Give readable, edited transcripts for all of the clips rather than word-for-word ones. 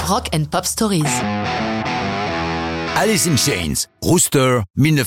Rock and Pop Stories. Alice in Chains, Rooster,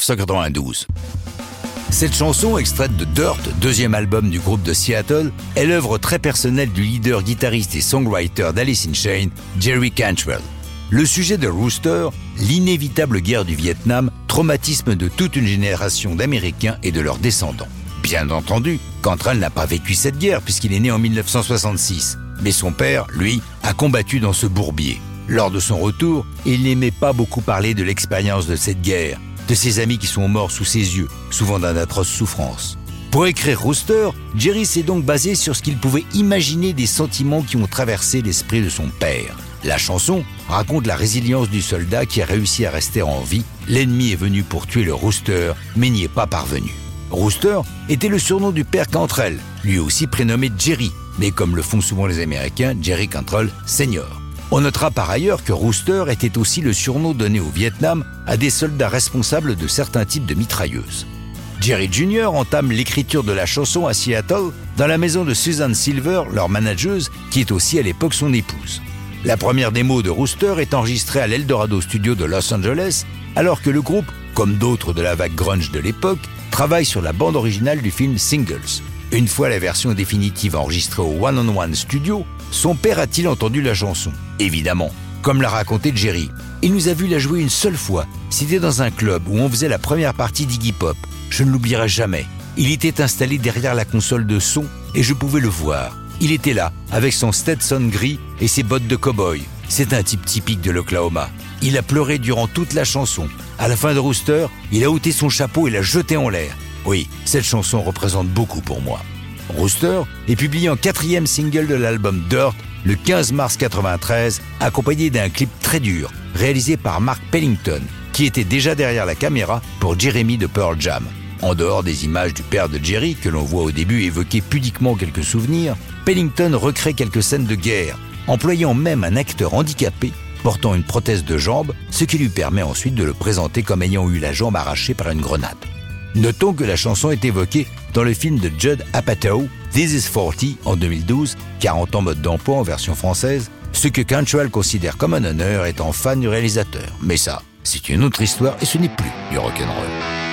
1992. Cette chanson, extraite de Dirt, deuxième album du groupe de Seattle, est l'œuvre très personnelle du leader, guitariste et songwriter d'Alice in Chains, Jerry Cantrell. Le sujet de Rooster, l'inévitable guerre du Vietnam, traumatisme de toute une génération d'Américains et de leurs descendants. Bien entendu, Cantrell n'a pas vécu cette guerre puisqu'il est né en 1966. Mais son père, lui, a combattu dans ce bourbier. Lors de son retour, il n'aimait pas beaucoup parler de l'expérience de cette guerre, de ses amis qui sont morts sous ses yeux, souvent dans d'atroces souffrances. Pour écrire Rooster, Jerry s'est donc basé sur ce qu'il pouvait imaginer des sentiments qui ont traversé l'esprit de son père. La chanson raconte la résilience du soldat qui a réussi à rester en vie. L'ennemi est venu pour tuer le Rooster, mais n'y est pas parvenu. Rooster était le surnom du père Cantrell, lui aussi prénommé Jerry, mais comme le font souvent les Américains, Jerry Cantrell Senior. On notera par ailleurs que Rooster était aussi le surnom donné au Vietnam à des soldats responsables de certains types de mitrailleuses. Jerry Jr. entame l'écriture de la chanson à Seattle, dans la maison de Susan Silver, leur manageuse, qui est aussi à l'époque son épouse. La première démo de Rooster est enregistrée à l'Eldorado Studio de Los Angeles, alors que le groupe, comme d'autres de la vague grunge de l'époque, travaille sur la bande originale du film Singles. Une fois la version définitive enregistrée au One on One Studio, son père a-t-il entendu la chanson? Évidemment, comme l'a raconté Jerry. Il nous a vu la jouer une seule fois. C'était dans un club où on faisait la première partie d'Iggy Pop. Je ne l'oublierai jamais. Il était installé derrière la console de son et je pouvais le voir. Il était là, avec son Stetson gris et ses bottes de cow-boy. C'est un type typique de l'Oklahoma. Il a pleuré durant toute la chanson. À la fin de Rooster, il a ôté son chapeau et l'a jeté en l'air. Oui, cette chanson représente beaucoup pour moi. Rooster est publié en 4e single de l'album Dirt le 15 mars 1993, accompagné d'un clip très dur, réalisé par Mark Pellington, qui était déjà derrière la caméra pour Jeremy de Pearl Jam. En dehors des images du père de Jerry, que l'on voit au début évoquer pudiquement quelques souvenirs, Pellington recrée quelques scènes de guerre, employant même un acteur handicapé portant une prothèse de jambe, ce qui lui permet ensuite de le présenter comme ayant eu la jambe arrachée par une grenade. Notons que la chanson est évoquée dans le film de Judd Apatow, This is 40, en 2012, 40 ans mode d'emploi en version française, ce que Cantrell considère comme un honneur étant fan du réalisateur. Mais ça, c'est une autre histoire et ce n'est plus du rock'n'roll.